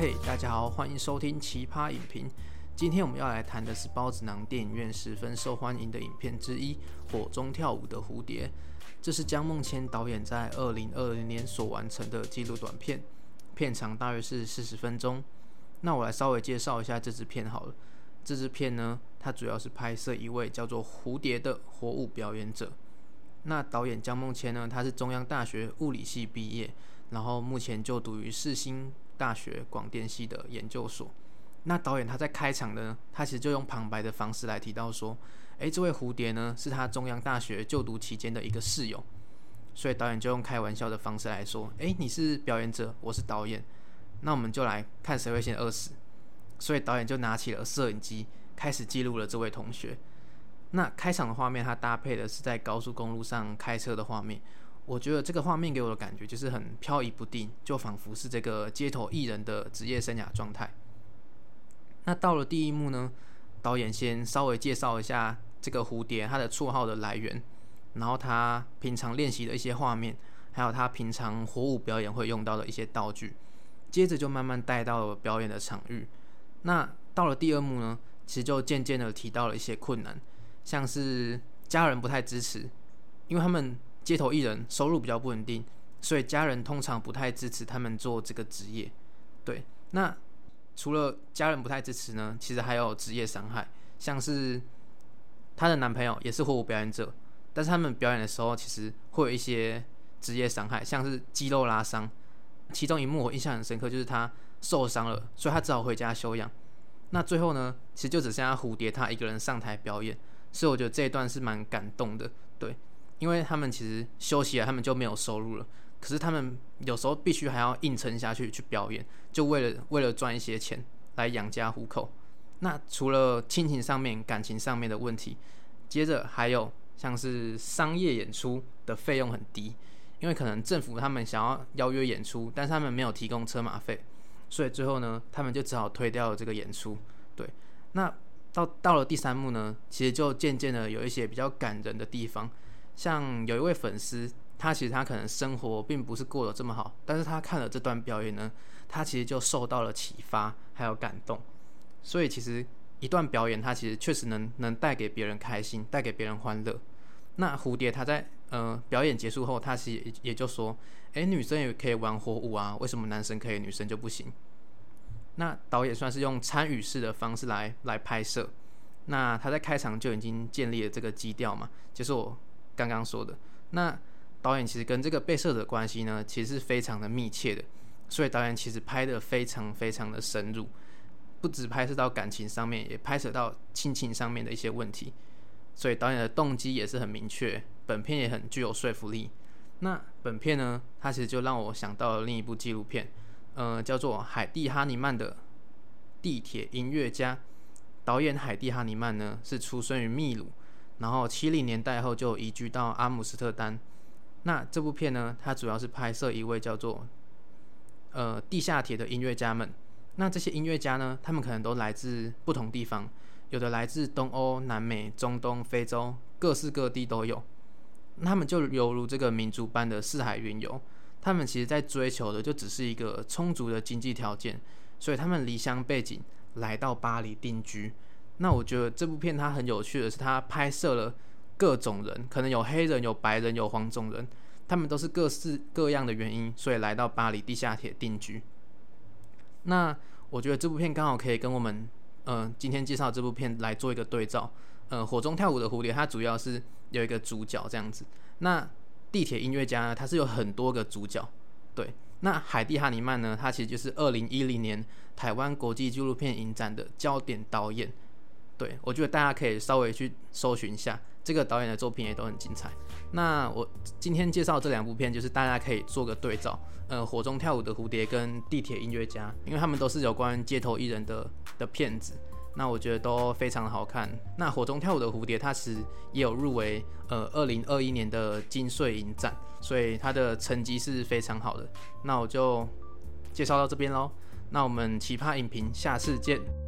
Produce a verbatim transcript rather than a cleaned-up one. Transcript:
嘿、hey, 大家好，欢迎收听奇葩影评。今天我们要来谈的是孢子囊电影院十分受欢迎的影片之一《火中跳舞的蝴蝶》。这是江梦千导演在二零二零年所完成的纪录短片，片长大约是四十分钟。那我来稍微介绍一下这支片好了。这支片呢，它主要是拍摄一位叫做蝴蝶的火舞表演者。那导演江梦千呢，他是中央大学物理系毕业，然后目前就读于世新大学广电系的研究所。那导演他在开场呢，他其实就用旁白的方式来提到说，诶，这位蝴蝶呢是他中央大学就读期间的一个室友，所以导演就用开玩笑的方式来说，诶，你是表演者，我是导演，那我们就来看谁会先饿死。所以导演就拿起了摄影机，开始记录了这位同学。那开场的画面，它搭配的是在高速公路上开车的画面。我觉得这个画面给我的感觉就是很飘移不定，就仿佛是这个街头艺人的职业生涯状态。那到了第一幕呢，导演先稍微介绍一下这个蝴蝶它的绰号的来源，然后他平常练习的一些画面，还有他平常火舞表演会用到的一些道具，接着就慢慢带到了表演的场域。那到了第二幕呢，其实就渐渐的提到了一些困难，像是家人不太支持，因为他们街头艺人收入比较不稳定，所以家人通常不太支持他们做这个职业。对，那除了家人不太支持呢，其实还有职业伤害，像是她的男朋友也是火舞表演者，但是他们表演的时候其实会有一些职业伤害，像是肌肉拉伤。其中一幕我印象很深刻，就是他受伤了，所以他只好回家休养。那最后呢，其实就只剩下蝴蝶他一个人上台表演，所以我觉得这一段是蛮感动的。对，因为他们其实休息了，他们就没有收入了，可是他们有时候必须还要硬撑下去去表演，就为了为了赚一些钱来养家糊口。那除了亲情上面、感情上面的问题，接着还有像是商业演出的费用很低，因为可能政府他们想要邀约演出，但是他们没有提供车马费，所以最后呢，他们就只好推掉了这个演出。对，那到到了第三幕呢，其实就渐渐的有一些比较感人的地方。像有一位粉丝，他其实他可能生活并不是过得这么好，但是他看了这段表演呢，他其实就受到了启发，还有感动。所以其实一段表演，它其实确实能能带给别人开心，带给别人欢乐。那蝴蝶他在呃表演结束后，他其实也就说，哎，女生也可以玩火舞啊，为什么男生可以，女生就不行？那导演算是用参与式的方式来来拍摄。那他在开场就已经建立了这个基调嘛，就是我刚刚说的。那导演其实跟这个被摄者的关系呢，其实是非常的密切的，所以导演其实拍得非常非常的深入，不只拍摄到感情上面，也拍摄到亲情上面的一些问题。所以导演的动机也是很明确，本片也很具有说服力。那本片呢，它其实就让我想到了另一部纪录片，呃，叫做海蒂哈尼曼的《地铁音乐家》。导演海蒂哈尼曼呢，是出生于秘鲁，然后七零年代后就移居到阿姆斯特丹。那这部片呢，它主要是拍摄一位叫做呃地下铁的音乐家们。那这些音乐家呢，他们可能都来自不同地方，有的来自东欧、南美、中东、非洲，各式各地都有。他们就犹如这个民族般的四海云游，他们其实在追求的就只是一个充足的经济条件，所以他们离乡背井来到巴黎定居。那我觉得这部片它很有趣的是，它拍摄了各种人，可能有黑人、有白人、有黄种人，他们都是各式各样的原因，所以来到巴黎地下铁定居。那我觉得这部片刚好可以跟我们呃今天介绍这部片来做一个对照。呃，火中跳舞的蝴蝶，它主要是有一个主角这样子。那地铁音乐家呢，它是有很多个主角。对，那海蒂哈尼曼呢，他其实就是二零一零年台湾国际纪录片影展的焦点导演。对，我觉得大家可以稍微去搜寻一下，这个导演的作品也都很精彩。那我今天介绍这两部片，就是大家可以做个对照，呃，火中跳舞的蝴蝶跟地铁音乐家，因为他们都是有关街头艺人的的片子。那我觉得都非常好看。那火中跳舞的蝴蝶，它其实也有入围呃二零二一年的金穗影展，所以它的成绩是非常好的。那我就介绍到这边咯，那我们奇葩影评下次见。